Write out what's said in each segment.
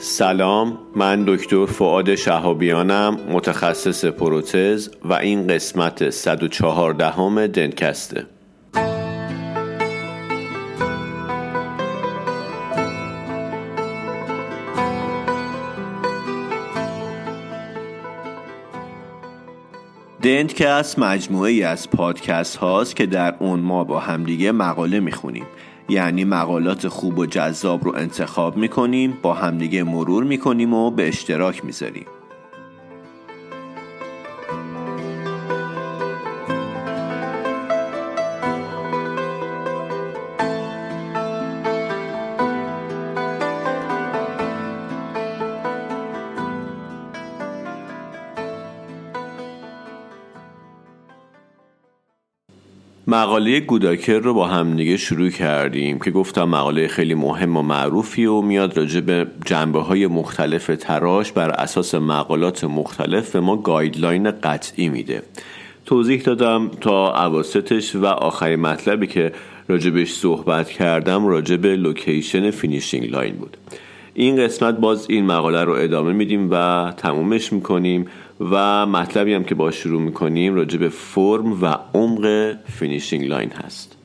سلام، من دکتر فؤاد شهابیانم، متخصص پروتز و این قسمت 114 دنتکسته. دنتکست مجموعه ای از پادکست هاست که در اون ما با همدیگه مقاله میخونیم، یعنی مقالات خوب و جذاب رو انتخاب میکنیم، با همدیگه مرور میکنیم و به اشتراک میذاریم. مقاله گوداکر رو با هم دیگه شروع کردیم که گفتم مقاله خیلی مهم و معروفی و میاد راجع به جنبه‌های مختلف تراش بر اساس مقالات مختلف به ما گایدلاین قطعی میده. توضیح دادم تا اواسطش و آخرین مطلبی که راجع بهش صحبت کردم راجع به لوکیشن فینیشینگ لاین بود. این قسمت باز این مقاله رو ادامه میدیم و تمومش میکنیم و مطلبی هم که با شروع میکنیم راجع به فرم و عمق فینیشینگ لاین هست.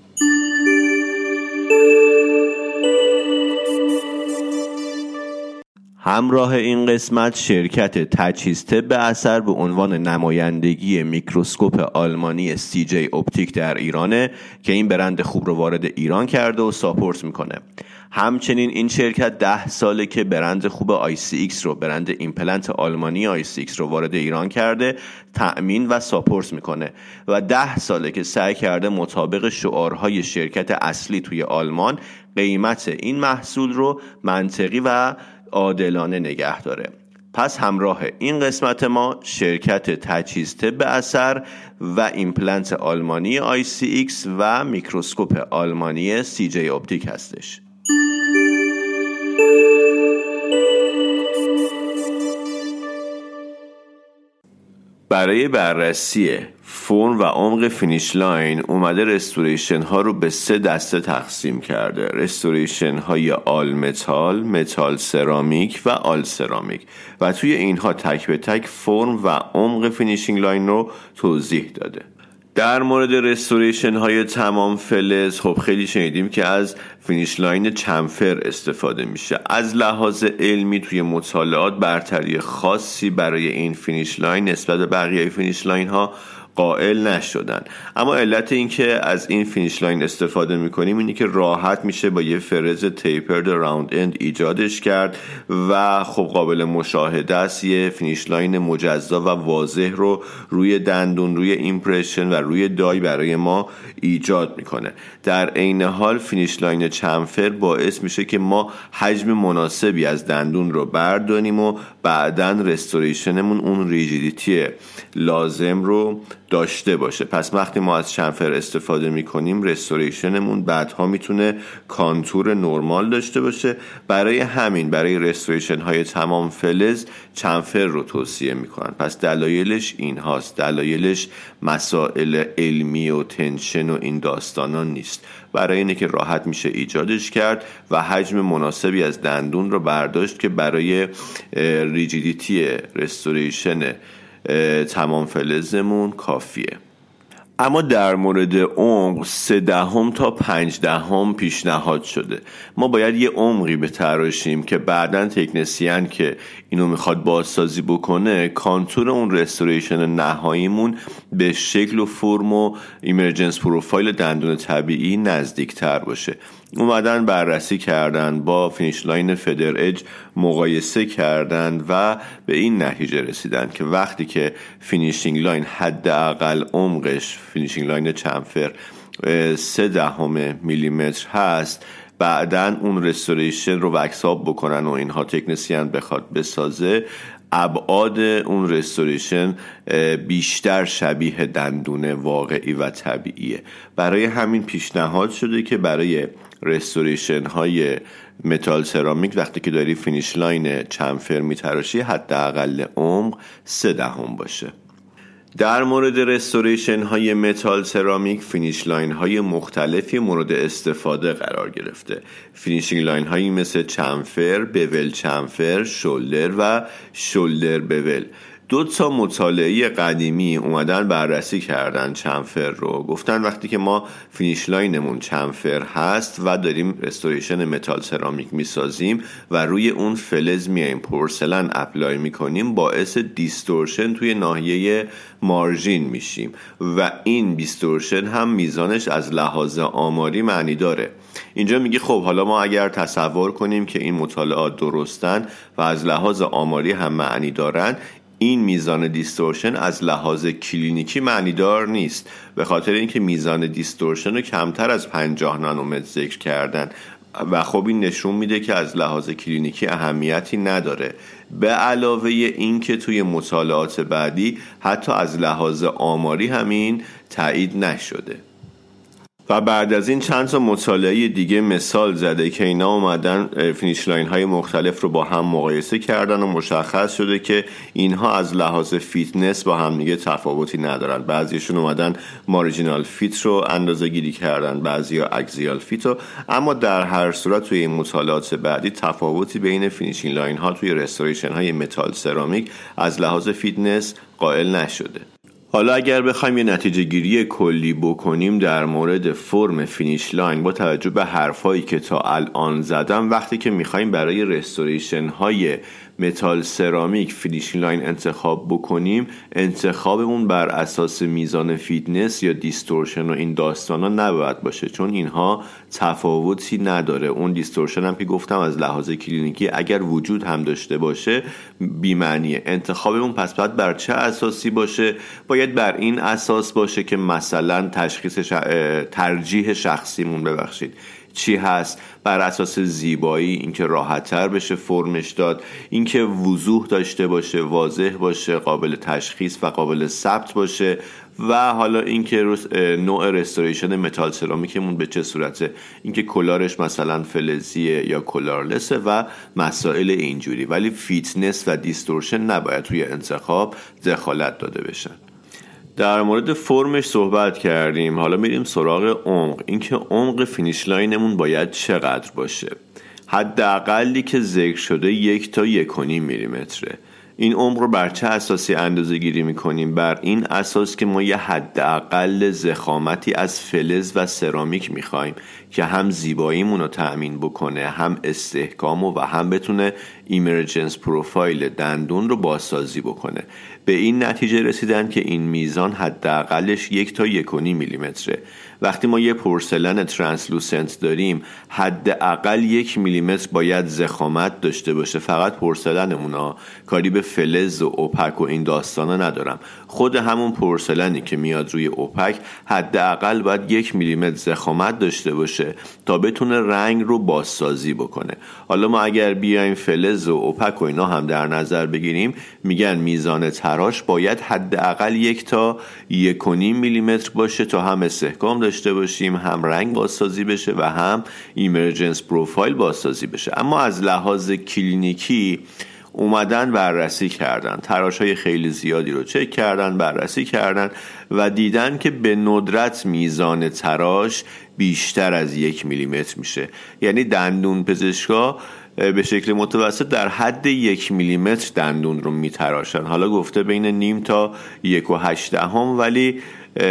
همراه این قسمت شرکت تجهیز طب اثر به عنوان نمایندگی میکروسکوپ آلمانی CJ اپتیک در ایرانه که این برند خوب رو وارد ایران کرده و ساپورت میکنه. همچنین این شرکت 10 ساله که برند خوب ICX رو، برند ایمپلنت آلمانی ICX رو وارد ایران کرده، تأمین و ساپورت میکنه و 10 ساله که سعی کرده مطابق شعارهای شرکت اصلی توی آلمان قیمت این محصول رو منطقی و عادلانه نگه داره. پس همراه این قسمت ما شرکت تجهیز طب اثر و ایمپلنت آلمانی ICX و میکروسکوپ آلمانی CJ اپتیک هستش. برای بررسی فرم و عمق فینیش لاین اومده رستوریشن ها رو به 3 دسته تقسیم کرده: رستوریشن های آل متال، متال سرامیک و آل سرامیک، و توی اینها تک به تک فرم و عمق فینیشینگ لاین رو توضیح داده. در مورد رستوریشن های تمام فلز خب خیلی شنیدیم که از فینیش لاین چمفر استفاده میشه. از لحاظ علمی توی مطالعات برتری خاصی برای این فینیش لاین نسبت به بقیه فینیش لاین ها قائل نشدن، اما علت این که از این فینیش لاین استفاده میکنیم اینه که راحت میشه با یه فرز تیپرد راوند اند ایجادش کرد و خب قابل مشاهده است یه فینیش لاین مجزا و واضح رو روی دندون، روی ایمپرشن و روی دای برای ما ایجاد میکنه. در عین حال فینیش لاین چمفر باعث میشه که ما حجم مناسبی از دندون رو برداریم و بعداً رستوریشنمون اون ریجیدیتی لازم رو داشته باشه. پس وقتی ما از چمفر استفاده میکنیم رستوریشنمون بعدها میتونه کانتور نرمال داشته باشه. برای همین برای رستوریشن های تمام فلز چمفر رو توصیه میکنن. پس دلایلش این هاست، دلایلش مسائل علمی و تنشن و این داستانان نیست، برای اینه که راحت میشه ایجادش کرد و حجم مناسبی از دندون رو برداشت که برای ریجیدیتی رستوریشن تمام فلزمون کافیه. اما در مورد عمق 0.3 تا 0.5 پیشنهاد شده. ما باید یه عمقی بتراشیم که بعداً تکنسین که اینو میخواد بازسازی بکنه کانتور اون رستوریشن نهاییمون به شکل و فرم و ایمرجنس پروفایل دندون طبیعی نزدیکتر باشه. اومدن بررسی کردن، با فینیش لاین فدر اج مقایسه کردن و به این نتیجه رسیدن که وقتی که فینیشینگ لاین حداقل عمقش، فینیشینگ لاین چمفر 0.3 میلیمتر هست، بعدن اون رستوریشن رو وکساب بکنن و اینها تکنسین بخواد بسازه، ابعاد اون رستوریشن بیشتر شبیه دندون واقعی و طبیعیه. برای همین پیشنهاد شده که برای رستوریشن های متال سرامیک وقتی که داری فینیش لاین چمفر میتراشی حداقل عمق 0.3 باشه. در مورد رستوریشن های متال سرامیک فینیش لاین های مختلفی مورد استفاده قرار گرفته. فینیشینگ لاین هایی مثل چمفر، بول چمفر، شولدر و شولدر بول. 2 مطالعه قدیمی اومدن بررسی کردن چمفر رو، گفتن وقتی که ما فینیش لاینمون چمفر هست و داریم رستوریشن متال سرامیک میسازیم و روی اون فلز میایم پورسلن اپلای میکنیم، باعث دیستورشن توی ناحیه مارژین میشیم و این دیستورشن هم میزانش از لحاظ آماری معنی داره. اینجا میگه خب حالا ما اگر تصور کنیم که این مطالعات درستن و از لحاظ آماری هم معنی دارن، این میزان دیستورشن از لحاظ کلینیکی معنیدار نیست، به خاطر اینکه میزان دیستورشن رو کمتر از 50 نانومتر ذکر کردن و خب این نشون میده که از لحاظ کلینیکی اهمیتی نداره. به علاوه این که توی مطالعات بعدی حتی از لحاظ آماری همین تایید نشده. و بعد از این چند تا مطالعه دیگه مثال زده که اینا اومدن فینیش لاین های مختلف رو با هم مقایسه کردن و مشخص شده که اینها از لحاظ فیتنس با هم دیگه تفاوتی ندارن. بعضیشون اومدن مارجینال فیت رو اندازه گیری کردن، بعضیا اکزیال فیت رو، اما در هر صورت توی این مطالعات بعدی تفاوتی بین فینیشینگ لاین ها توی رستوریشن های متال سرامیک از لحاظ فیتنس قائل نشده. حالا اگر بخوایم یه نتیجه گیری کلی بکنیم در مورد فرم فینیش لاین با توجه به حرفایی که تا الان زدم، وقتی که میخوایم برای رستوریشن های متال سرامیک فینیشینگ لاین انتخاب بکنیم، انتخابمون بر اساس میزان فیتنس یا دیستورشن و این داستانا نباید باشه، چون اینها تفاوتی نداره. اون دیستورشن هم که گفتم از لحاظ کلینیکی اگر وجود هم داشته باشه بی‌معنیه. انتخابمون پس باید بر چه اساسی باشه؟ باید بر این اساس باشه که مثلا ترجیح شخصیمون چی هست، بر اساس زیبایی، اینکه راحت‌تر بشه فرمش داد، اینکه وضوح داشته باشه، واضح باشه، قابل تشخیص و قابل ثبت باشه، و حالا اینکه نوع رستوریشن متال سرامیکمون به چه صورته، اینکه کلارش مثلا فلزیه یا کلارلسه و مسائل اینجوری. ولی فیتنس و دیستورشن نباید توی انتخاب دخالت داده بشن. در مورد فرمش صحبت کردیم، حالا میریم سراغ عمق. اینکه عمق فینیش لاینمون باید چقدر باشه؟ حداقلی که ذکر شده 1 تا 1.5 میلیمتره. این عمق رو بر چه اساسی اندازه گیری میکنیم؟ بر این اساس که ما یه حداقل ضخامتی از فلز و سرامیک میخوایم که هم زیباییمون رو تأمین بکنه، هم استحکام و هم بتونه ایمرجنس پروفایل دندون رو بازسازی بکنه. به این نتیجه رسیدن که این میزان حداقلش 1 تا 1.5 میلیمتره. وقتی ما یه پورسلن ترانسلوسنت داریم، حداقل 1 میلیمتر باید ضخامت داشته باشه. فقط پورسلنمون، کاری به فلز و اوپک و این داستانا ندارم. خود همون پورسلنی که میاد روی اوپک حداقل باید 1 میلیمتر ضخامت داشته باشه تا بتونه رنگ رو بازسازی بکنه. حالا ما اگر بیایم فلز و اوپک و اینا هم در نظر بگیریم، میگن میزان تراش باید حداقل 1 تا 1.5 میلیمتر باشه تا هم استحکام داشته باشیم، هم رنگ بازسازی بشه و هم ایمرجنس پروفایل بازسازی بشه. اما از لحاظ کلینیکی اومدن بررسی کردن، تراش‌های خیلی زیادی رو چک کردن، بررسی کردن و دیدن که به ندرت میزان تراش بیشتر از 1 میلیمتر میشه. یعنی دندون پزشکا به شکل متوسط در حد 1 میلیمتر دندون رو میتراشن. حالا گفته بین 0.5 تا 1.8 ولی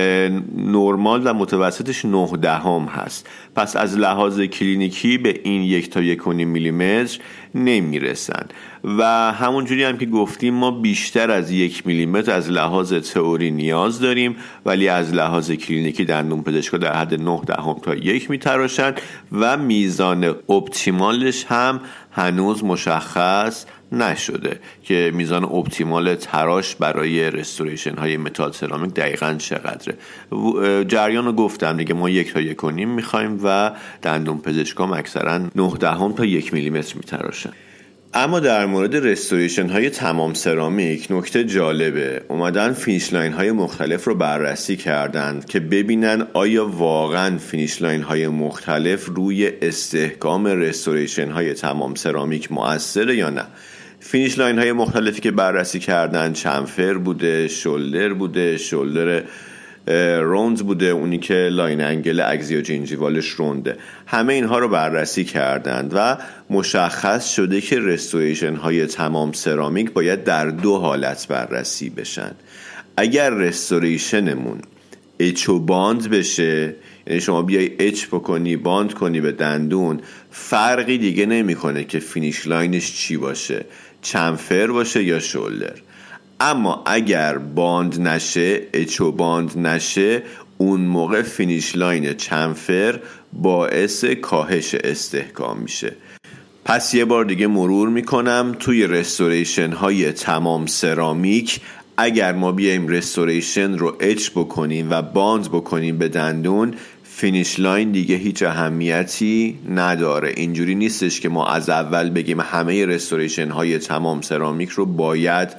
نورمال و متوسطش 0.9 هست. پس از لحاظ کلینیکی به این 1 تا 1.5 میلیمتر نمیرسن و همونجوری هم که گفتیم ما بیشتر از 1 میلیمتر از لحاظ تئوری نیاز داریم، ولی از لحاظ کلینیکی دندون پزشکا در حد 0.9 تا 1 میتراشن و میزان اپتیمالش هم هنوز مشخص نشده که میزان اپتیمال تراش برای رستوریشن های متال سرامیک دقیقاً چقدره. جریان رو گفتم دیگه، ما 1 تا 1.5 میخوایم و دندون پزشکام اکثرا 0.9 تا 1 میلیمتر میتراشن. اما در مورد رستوریشن های تمام سرامیک نکته جالبه، اومدن فینیش لاین های مختلف رو بررسی کردن که ببینن آیا واقعا فینیش لاین های مختلف روی استحکام رستوریشن های تمام سرامیک مؤثره یا نه. فینیش لاین های مختلفی که بررسی کردن چمفر بوده، شولدر بوده، شولدر روند بوده، اونی که لاین انگل اگزیو جینجیوالش رونده. همه اینها رو بررسی کردند و مشخص شده که رستوریشن های تمام سرامیک باید در 2 حالت بررسی بشن. اگر رستوریشنمون اچ و باند بشه، یعنی شما بیای اچ بکنی باند کنی به دندون، فرقی دیگه نمیکنه که فینیش لاینش چی باشه، چمفر باشه یا شولدر. اما اگر باند نشه، اچ و باند نشه، اون موقع فینیش لاین چمفر باعث کاهش استحکام میشه. پس یه بار دیگه مرور میکنم، توی رستوریشن های تمام سرامیک اگر ما بیایم رستوریشن رو اچ بکنیم و باند بکنیم به دندون، فینیش لاین دیگه هیچ اهمیتی نداره. اینجوری نیستش که ما از اول بگیم همه رستوریشن های تمام سرامیک رو باید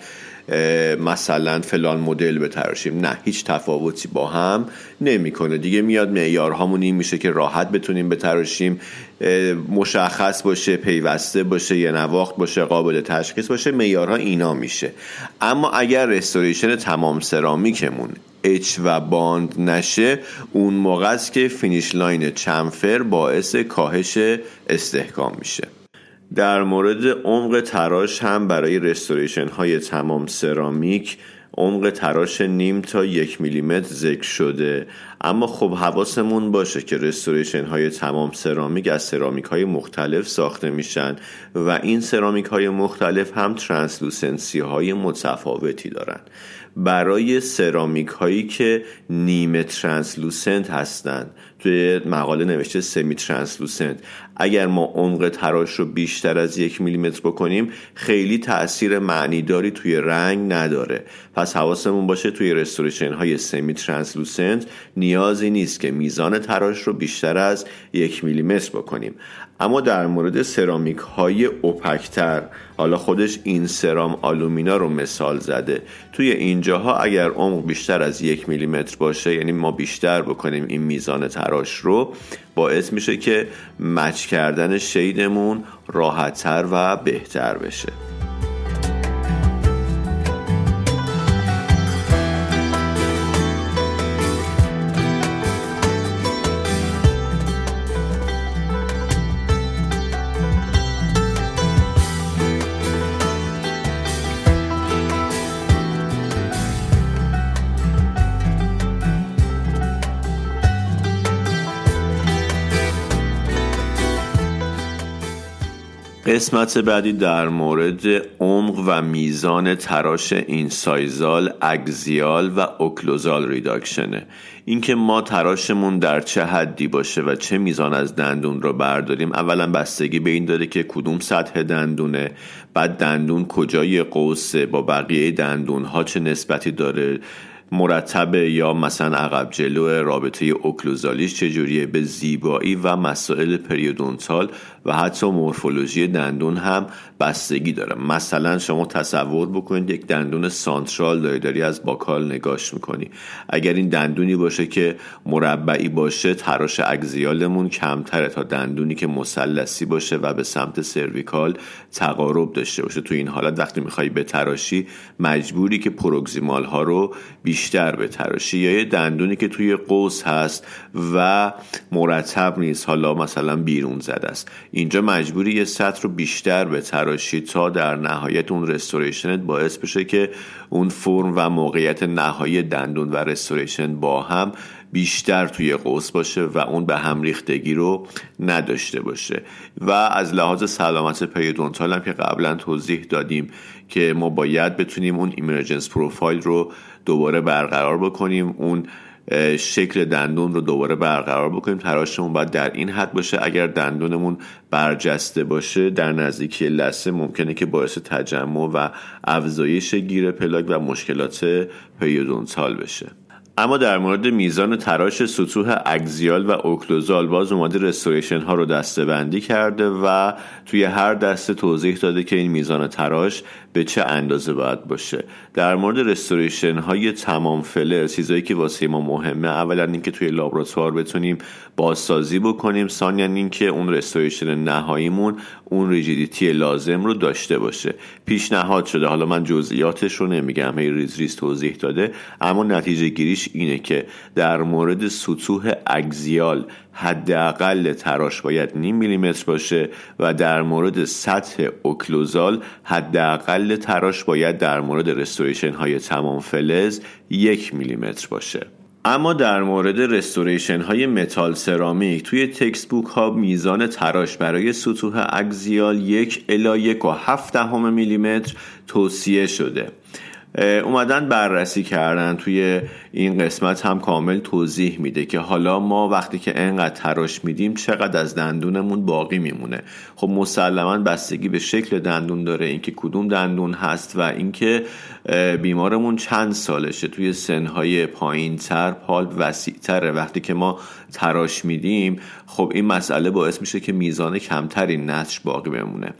مثلا فلان مدل بتراشیم. نه، هیچ تفاوتی با هم نمیکنه. دیگه میاد معیارهامون این میشه که راحت بتونیم بتراشیم، مشخص باشه، پیوسته باشه، یه نواخت باشه، قابل تشخیص باشه، معیارها اینا میشه. اما اگر رستوریشن تمام سرامیکمون اچ و باند نشه، اون موقع است که فینیش لاین چمفر باعث کاهش استحکام میشه. در مورد عمق تراش هم برای رستوریشن های تمام سرامیک عمق تراش 0.5 تا 1 میلیمتر ذکر شده. اما خب حواسمون باشه که رستوریشن های تمام سرامیک از سرامیک های مختلف ساخته میشن و این سرامیک های مختلف هم ترانسلوسنسی های متفاوتی دارن. برای سرامیک هایی که نیمه ترانسلوسنت هستن، توی مقاله نوشته سمی ترانسلوسنت، اگر ما عمق تراش رو بیشتر از 1 میلیمتر بکنیم خیلی تأثیر معنیداری توی رنگ نداره. پس حواسمون باشه توی رستوریشن های سمی ترانسلوسنت نیازی نیست که میزان تراش رو بیشتر از 1 میلیمتر بکنیم. اما در مورد سرامیک های اوپکتر، حالا خودش این سرام آلومینا رو مثال زده، توی اینجاها اگر عمق بیشتر از 1 میلیمتر باشه، یعنی ما بیشتر بکنیم این میزان تراش رو، باعث میشه که مچ کردن شیدمون راحت‌تر و بهتر بشه. قسمت بعدی در مورد عمق و میزان تراش اینسایزال، اگزیال و اوکلوزال ریداکشنه. اینکه ما تراشمون در چه حدی باشه و چه میزان از دندون رو برداریم اولا بستگی به این داره که کدوم سطح دندونه، بعد دندون کجای قوسه، با بقیه دندون ها چه نسبتی داره، مرتبه یا مثلا عقب جلو، رابطه اوکلوزالیش چجوریه، به زیبایی و مسائل پریودونتال و حتی مورفولوژی دندون هم بستگی داره. مثلا شما تصور بکنید یک دندون سانترال داری از باکال نگاش میکنی، اگر این دندونی باشه که مربعی باشه، تراش اگزیالمون کمتره تا دندونی که مثلثی باشه و به سمت سرویکال تقارب داشته باشه. تو این حالت وقتی میخوای بتراشی مجبوری که پروگزیمال ها رو بیشتر بتراشی، یا یه دندونی که توی قوس هست و مرتب نیست، حالا مثلا بیرون زده است، اینجا مجبوری یه سطح رو بیشتر بتراشی تا در نهایت اون رستوریشنت باعث بشه که اون فرم و موقعیت نهایی دندون و رستوریشن با هم بیشتر توی قوس باشه و اون به هم ریختگی رو نداشته باشه. و از لحاظ سلامت پریودونتال هم که قبلا توضیح دادیم که ما باید بتونیم اون ایمرجنس پروفایل رو دوباره برقرار بکنیم، اون شکل دندون رو دوباره برقرار بکنیم، تراشمون باید در این حد باشه. اگر دندونمون برجسته باشه در نزدیکی لثه ممکنه که باعث تجمع و افزایش گیر پلاک و مشکلات پریودونتال بشه. اما در مورد میزان تراش سطوح اکزیال و اوکلوزال باز اومده رستوریشن ها رو دسته بندی کرده و توی هر دسته توضیح داده که این میزان تراش به چه اندازه باید باشه. در مورد رستوریشن های تمام فلز چیزایی که واسه ما مهمه، اولا اینکه توی لابراتوار بتونیم بازسازی بکنیم، ثانیاً اینکه اون رستوریشن نهاییمون اون ریجیدیتی لازم رو داشته باشه. پیشنهاد شده، حالا من جزئیاتش رو نمیگم، هی ریز ریز توضیح داده، اما نتیجه گیریش اینه که در مورد سطوح اکزیال حداقل تراش باید 0.5 میلیمتر باشه و در مورد سطح اوکلوزال حداقل تراش باید در مورد رستوریشن های تمام فلز 1 میلیمتر باشه. اما در مورد رستوریشن های متال سرامیک توی تکست بوک ها میزان تراش برای سطوح اکزیال 1 الی 1.7 میلیمتر توصیه شده. اومدن بررسی کردن، توی این قسمت هم کامل توضیح میده که حالا ما وقتی که انقدر تراش میدیم چقدر از دندونمون باقی میمونه. خب مسلماً بستگی به شکل دندون داره، اینکه کدوم دندون هست و اینکه بیمارمون چند سالشه. توی سنهای پایین‌تر پالپ وسیع‌تره، وقتی که ما تراش میدیم خب این مسئله باعث میشه که میزان کمتری نسج باقی بمونه.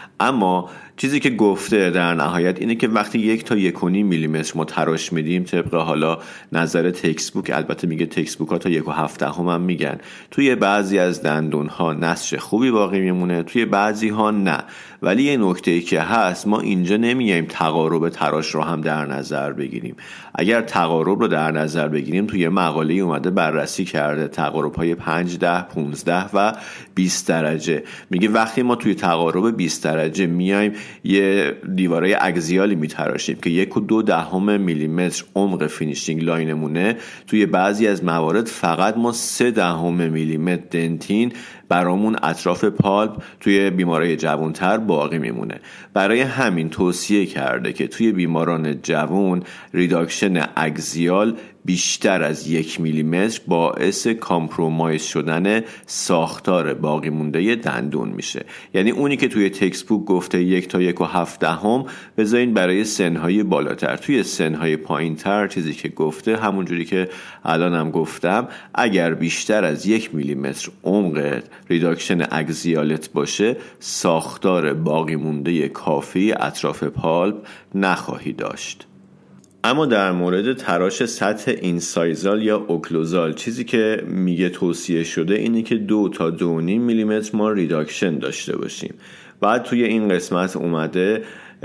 اما چیزی که گفته در نهایت اینه که وقتی 1 تا 1.5 میلیمتر ما تراش میدیم، طبق حالا نظر تکست بوک، البته میگه تکست بوک ها تا 1.7 هم میگن، توی بعضی از دندون ها نسج خوبی باقی میمونه، توی بعضی ها نه. ولی یه نکته‌ای که هست، ما اینجا نمیایم تقارب تراش رو هم در نظر بگیریم. اگر تقارب رو در نظر بگیریم، توی مقاله اومده بررسی کرده تقارب های 5, 10, 15 و 20 درجه. میگه وقتی ما توی تقارب 20 درجه میایم یه دیواره اکزیالی میتراشیم که 1.2 میلیمتر عمق فینیشینگ لاینمونه، توی بعضی از موارد فقط ما 0.3 میلیمتر دنتین برامون اطراف پالپ توی بیمارای جوانتر باقی میمونه. برای همین توصیه کرده که توی بیماران جوان ریداکشن اکزیال بیشتر از 1 میلیمتر باعث کامپرومایز شدن ساختار باقی مونده دندون میشه. یعنی اونی که توی تکست بوک گفته 1 تا 1.7 بذارین برای سنهای بالاتر. توی سنهای پایینتر چیزی که گفته همونجوری که الانم گفتم، اگر بیشتر از 1 میلیمتر عمق ریداکشن اکزیالت باشه، ساختار باقی مونده کافی اطراف پالپ نخواهی داشت. اما در مورد تراش سطح اینسایزال یا اوکلوزال چیزی که میگه توصیه شده اینه که 2 تا 2.5 میلیمتر ما ریداکشن داشته باشیم. بعد توی این قسمت اومده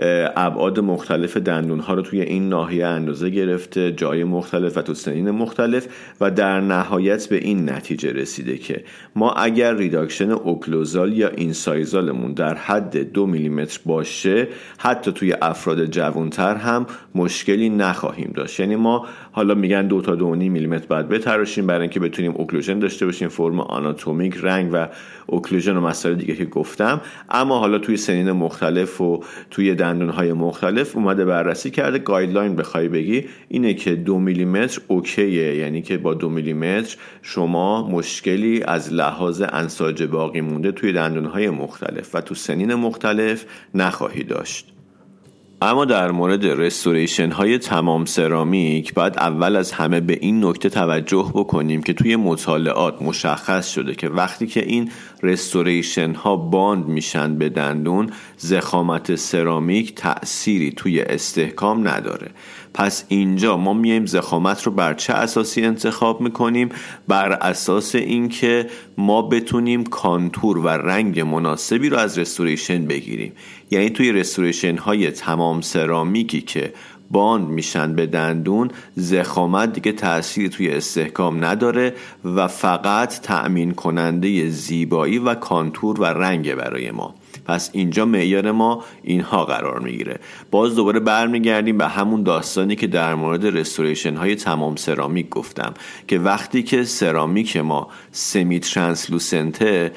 ابعاد مختلف دندون ها رو توی این ناحیه اندازه گرفته، جای مختلف و تو سنین مختلف، و در نهایت به این نتیجه رسیده که ما اگر ریداکشن اوکلوزال یا اینسایزالمون در حد 2 میلیمتر باشه، حتی توی افراد جوانتر هم مشکلی نخواهیم داشت. یعنی ما حالا میگن 2 تا 2.5 میلیمتر باید بتراشیم برای اینکه بتونیم اوکلوژن داشته باشیم، فرم آناتومیک، رنگ و اوکلوژن و مسائل دیگه که گفتم. اما حالا توی سنین مختلف و توی دندون‌های مختلف اومده بررسی کرده. گایدلاین بخوای بگی اینه که 2 میلیمتر اوکیه، یعنی که با 2 میلیمتر شما مشکلی از لحاظ انساج باقی مونده توی دندون‌های مختلف و تو سنین مختلف نخواهی داشت. اما در مورد رستوریشن های تمام سرامیک باید اول از همه به این نکته توجه بکنیم که توی مطالعات مشخص شده که وقتی که این رستوریشن ها باند میشن به دندون، ضخامت سرامیک تأثیری توی استحکام نداره. پس اینجا ما میایم ضخامت رو بر چه اساسی انتخاب میکنیم؟ بر اساس اینکه ما بتونیم کانتور و رنگ مناسبی رو از رستوریشن بگیریم. یعنی توی رستوریشن های تمام سرامیکی که باند میشن به دندون، ضخامت دیگه تأثیری توی استحکام نداره و فقط تأمین کننده زیبایی و کانتور و رنگ برای ما. پس اینجا معیار ما اینها قرار میگیره. باز دوباره برمیگردیم به همون داستانی که در مورد رستوریشن های تمام سرامیک گفتم که وقتی که سرامیک ما سمی ترانسلوسنته،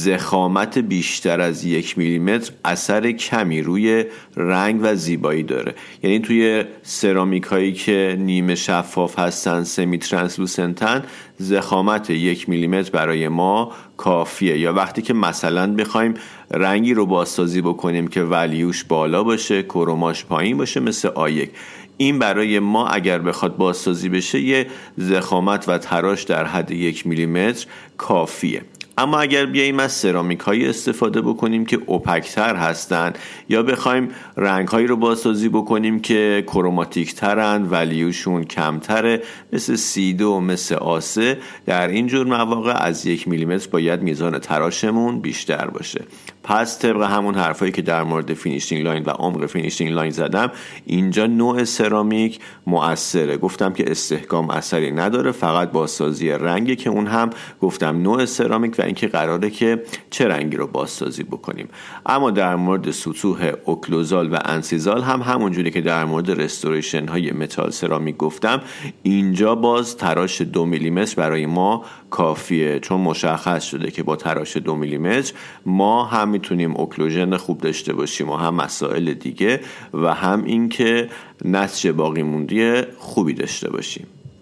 ضخامت بیشتر از 1 میلیمتر اثر کمی روی رنگ و زیبایی داره. یعنی توی سرامیک هایی که نیمه شفاف هستن، سمی ترانسلوسنتن، ضخامت 1 میلیمتر برای ما کافیه. یا وقتی که مثلا بخوایم رنگی رو بازسازی بکنیم که ولیوش بالا باشه، کروماش پایین باشه، مثل آیک، این برای ما اگر بخواد بازسازی بشه یه ضخامت و تراش در حد 1 میلیمتر کافیه. اما اگر بیاییم از سرامیک هایی استفاده بکنیم که اوپکتر هستن یا بخوایم رنگ هایی رو بازسازی بکنیم که کروماتیک ترن، ولیوشون کمتره، مثل سیدو، مثل آسه، در این جور مواقع از 1 میلیمتر باید میزان تراشمون بیشتر باشه. پس طبق همون حرفایی که در مورد فینیشینگ لاین و عمق فینیشینگ لاین زدم، اینجا نوع سرامیک مؤثره. گفتم که استحکام اثری نداره، فقط بازسازی رنگه که اون هم گفتم نوع سرامیک و اینکه قراره که چه رنگی رو بازسازی بکنیم. اما در مورد سطوح اوکلوزال و انسیزال هم همونجوری که در مورد رستوریشن های متال سرامیک گفتم، اینجا باز تراش 2 میلیمتر برای ما کافیه، چون مشخص شده که با تراش 2 میلیمتر ما هم میتونیم اوکلوژن خوب داشته باشیم و هم مسائل دیگه و هم اینکه نسج باقی موندی خوبی داشته باشیم.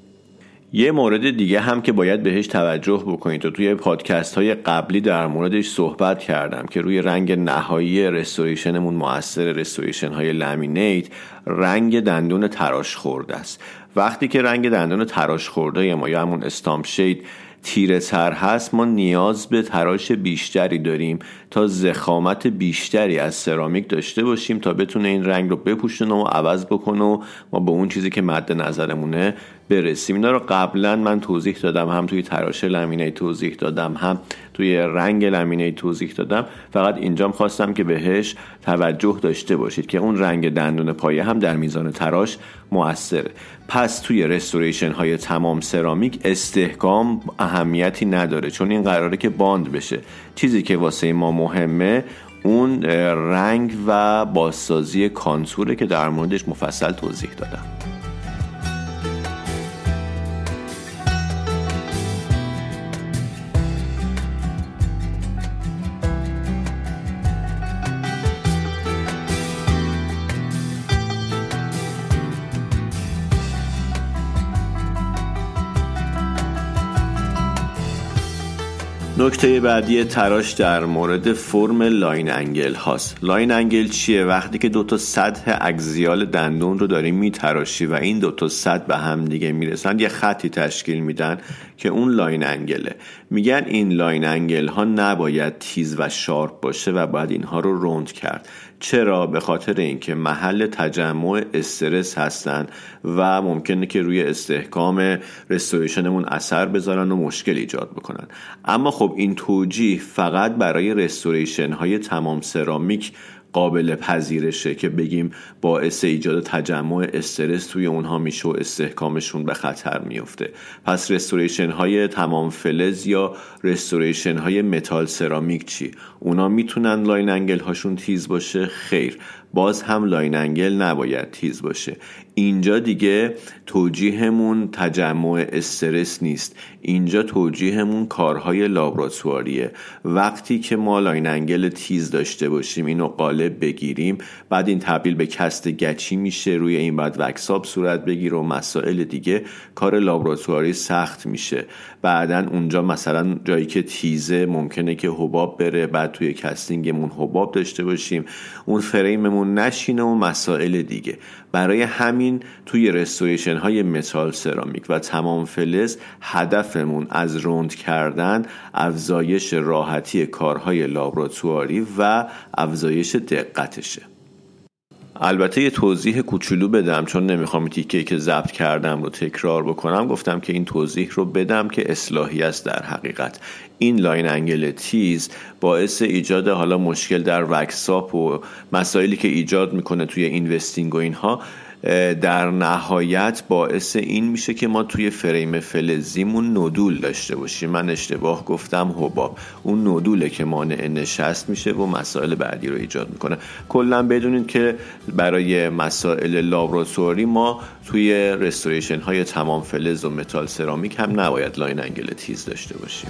یه مورد دیگه هم که باید بهش توجه بکنید و توی پادکست های قبلی در موردش صحبت کردم که روی رنگ نهایی رستوریشنمون مؤثر، رستوریشن های لامینیت، رنگ دندون تراش خورده است. وقتی که رنگ دندون تراش خورده ما یا همون استامپ شید تیره تر هست، ما نیاز به تراش بیشتری داریم تا ضخامت بیشتری از سرامیک داشته باشیم تا بتونه این رنگ رو بپوشونه و عوض بکنه و ما به اون چیزی که مد نظرمونه برسیم. اینا رو قبلا من توضیح دادم، هم توی تراش لامینیت توضیح دادم، هم توی رنگ لامینیت توضیح دادم. فقط اینجام خواستم که بهش توجه داشته باشید که اون رنگ دندون پایه هم در میزان تراش مؤثره. پس توی رستوریشن های تمام سرامیک استحکام اهمیتی نداره، چون این قراره که باند بشه. چیزی که واسه ما مهمه اون رنگ و بازسازی کانتوره که در موردش مفصل توضیح دادم. نکته بعدی تراش در مورد فرم لاین انگل هاست. لاین انگل چیه؟ وقتی که 2 سطح اکسیال دندون رو داریم میتراشی و این 2 سطح به هم دیگه میرسن، یه خطی تشکیل میدن که اون لاین انگله. میگن این لاین انگل ها نباید تیز و شارپ باشه و باید اینها رو روند کرد. چرا؟ به خاطر اینکه محل تجمع استرس هستن و ممکنه که روی استحکام رستوریشنمون اثر بذارن و مشکل ایجاد بکنن. اما خب این توجیه فقط برای رستوریشن های تمام سرامیک قابل پذیرشه که بگیم باعث ایجاد تجمع استرس توی اونها میشه و استحکامشون به خطر میفته. پس رستوریشن های تمام فلز یا رستوریشن های متال سرامیک چی؟ اونا میتونن لاین انگل هاشون تیز باشه؟ خیر، باز هم لاین انگل نباید تیز باشه. اینجا دیگه توجیهمون تجمع استرس نیست، اینجا توجیهمون کارهای لابراتواریه. وقتی که ما لاین انگل تیز داشته باشیم، اینو قالب بگیریم، بعد این تبدیل به کست گچی میشه، روی این بعد وکساب صورت بگیره و مسائل دیگه، کار لابراتواری سخت میشه. بعدن اونجا مثلا جایی که تیزه ممکنه که حباب بره، بعد توی کستینگمون حباب داشته باشیم، اون فریممون نشینه و مسائل دیگه. برای همین توی رستوریشن های متال سرامیک و تمام فلز هدفمون از روند کردن افزایش راحتی کارهای لابراتواری و افزایش دقتشه. البته یه توضیح کوچولو بدم، چون نمیخوام تیکه‌ای که ضبط کردم رو تکرار بکنم. گفتم که این توضیح رو بدم که اصلاحی است. در حقیقت این لاین انگل تیز باعث ایجاد حالا مشکل در وکساپ و مسائلی که ایجاد میکنه توی اینوستینگ و اینها، در نهایت باعث این میشه که ما توی فریم فلزیمون نودول داشته باشیم. من اشتباه گفتم، حباب. اون نودوله که مانع نشست میشه و مسائل بعدی رو ایجاد میکنه. کلا بدونید که برای مسائل لابراتواری ما توی رستوریشن های تمام فلز و متال سرامیک هم نباید لاین انگل تیز داشته باشیم.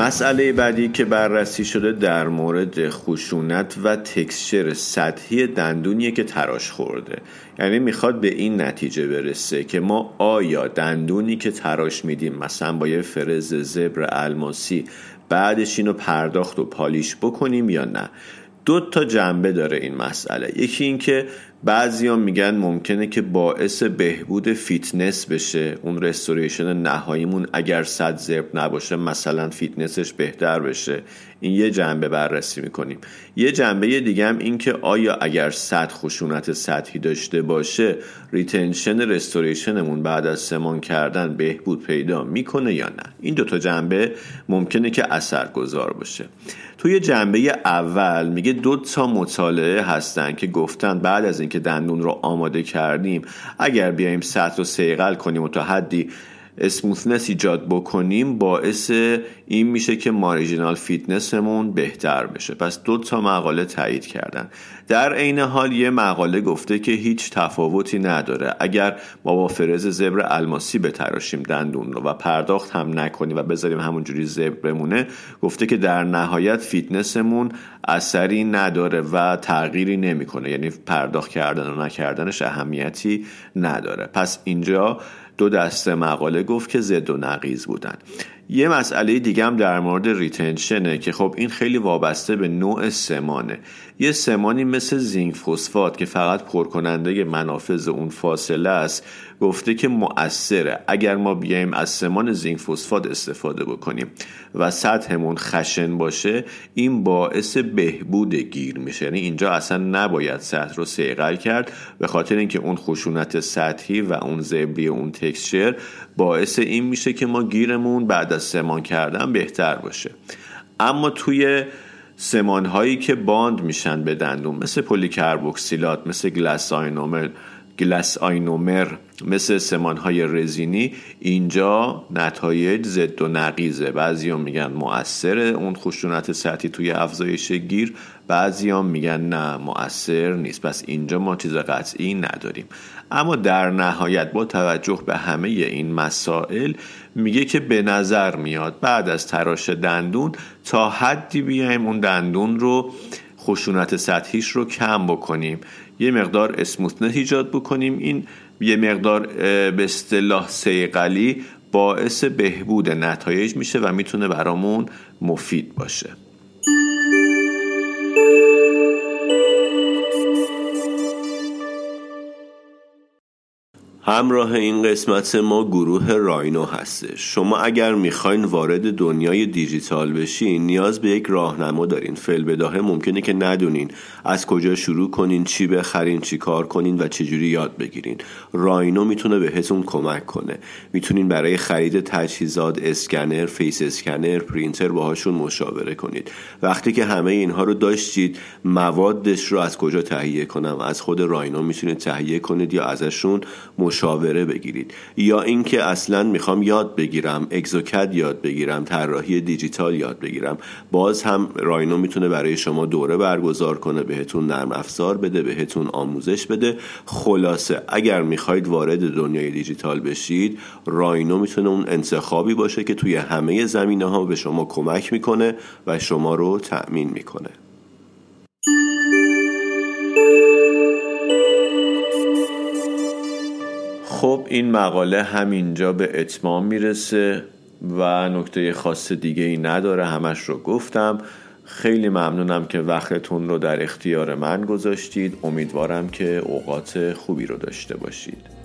مسئله بعدی که بررسی شده در مورد خشونت و تکسچر سطحی دندونیه که تراش خورده. یعنی میخواد به این نتیجه برسه که ما آیا دندونی که تراش میدیم مثلا با یه فرز زبر الماسی بعدش اینو پرداخت و پالیش بکنیم یا نه. 2 تا جنبه داره این مسئله. یکی این که بعضیا میگن ممکنه که باعث بهبود فیتنس بشه، اون رستوریشن نهاییمون اگر صد زبر نباشه مثلا فیتنسش بهتر بشه. این یه جنبه بررسی میکنیم. یه جنبه دیگه هم این که آیا اگر صد خشونت سطحی داشته باشه ریتنشن رستوریشنمون بعد از سمان کردن بهبود پیدا میکنه یا نه. این 2 تا جنبه ممکنه که اثرگذار باشه. توی جنبه اول میگه 2 تا مطالعه هستن که گفتن بعد از اینکه دندون رو آماده کردیم اگر بیایم سطح رو صیقل کنیم و تا حدی اسموثنس ایجاد بکنیم باعث این میشه که مارجینال فیتنسمون بهتر بشه. پس 2 تا مقاله تایید کردن. در عین حال یه مقاله گفته که هیچ تفاوتی نداره اگر ما با فرز زبر الماسی بتراشیم دندون رو و پرداخت هم نکنیم و بذاریم همونجوری زبر بمونه. گفته که در نهایت فیتنسمون اثری نداره و تغییری نمیکنه، یعنی پرداخت کردن و نکردنش اهمیتی نداره. پس اینجا 2 دسته مقاله گفت که ضد و نقیض بودن. یه مسئله دیگه هم در مورد ریتنشنه که خب این خیلی وابسته به نوع سمانه. یه سمانی مثل زینک فسفات که فقط پرکننده منافذ اون فاصله است گفته که مؤثره. اگر ما بیایم از سمان زینک فسفات استفاده بکنیم و سطحمون خشن باشه این باعث بهبود گیر میشه. یعنی اینجا اصلا نباید سطح رو صیقل کرد به خاطر اینکه اون خشونت سطحی و اون زبری اون تکسچر باعث این میشه که ما گیرمون بعد از سمان کردن بهتر باشه. اما توی سمان هایی که باند میشن به دندون مثل پلیکربوکسیلات، مثل گلاس آینومر، مثل سمان های رزینی، اینجا نتایج ضد و نقیضه. بعضیا میگن مؤثر اون خشونت سطحی توی افزایش گیر، بعضیا میگن نه مؤثر نیست. پس اینجا ما چیز قطعی نداریم. اما در نهایت با توجه به همه این مسائل میگه که به نظر میاد بعد از تراش دندون تا حدی بیایم اون دندون رو خشونت سطحیش رو کم بکنیم، یه مقدار اسموثنس ایجاد بکنیم. این یه مقدار به اصطلاح صیقلی باعث بهبود نتایج میشه و میتونه برامون مفید باشه. همراه این قسمت ما گروه راینو هستش. شما اگر میخواین وارد دنیای دیجیتال بشین نیاز به یک راهنما دارین. فی‌البداهه ممکنه که ندونین از کجا شروع کنین، چی بخرین، چی کار کنین و چجوری یاد بگیرین. راینو میتونه بهتون کمک کنه. میتونین برای خرید تجهیزات، اسکنر، فیس اسکنر، پرینتر باهاشون مشاوره کنید. وقتی که همه اینها رو داشتید موادش رو از کجا تهیه کنم؟ از خود راینو میتونید تهیه کنید یا ازشون مشاوره بگیرید. یا اینکه اصلا میخوام یاد بگیرم اگزوکد یاد بگیرم، طراحی دیجیتال یاد بگیرم، باز هم راینو میتونه برای شما دوره برگزار کنه، بهتون نرم افزار بده، بهتون آموزش بده. خلاصه اگر میخواید وارد دنیای دیجیتال بشید راینو میتونه اون انتخابی باشه که توی همه زمینه‌ها به شما کمک میکنه و شما رو تأمین میکنه. خب این مقاله همینجا به اتمام میرسه و نکته خاص دیگه ای نداره، همش رو گفتم. خیلی ممنونم که وقتتون رو در اختیار من گذاشتید. امیدوارم که اوقات خوبی رو داشته باشید.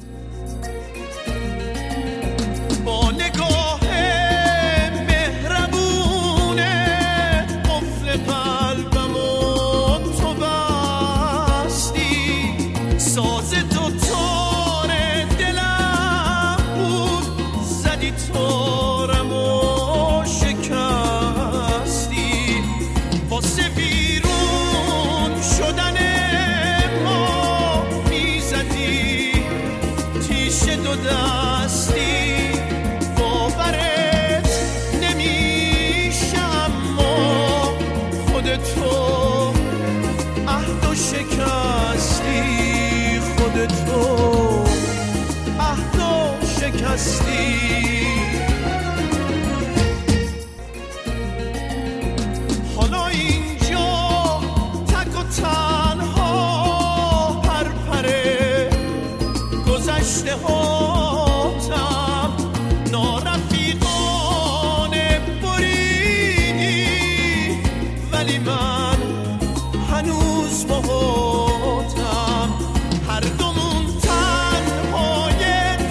هاتم نارفیقانه بریدی، ولی من هنوز باهاتم. هر دومون تنهای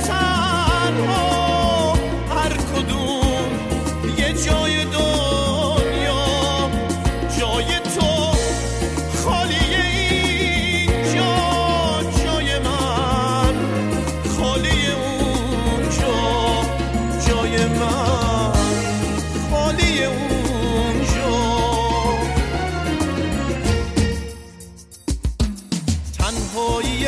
تنها، هر کدوم یه جای دنیا، جای تو خالیه اینجا، جای من خالیه اونجا، جای من خالیه اونجا. تنهایی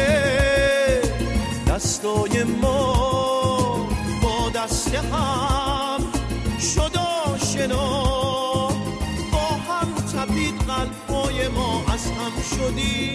دستای ما با دست هم شد آشنا، با هم تپید قلب‌های ما، از هم شدیم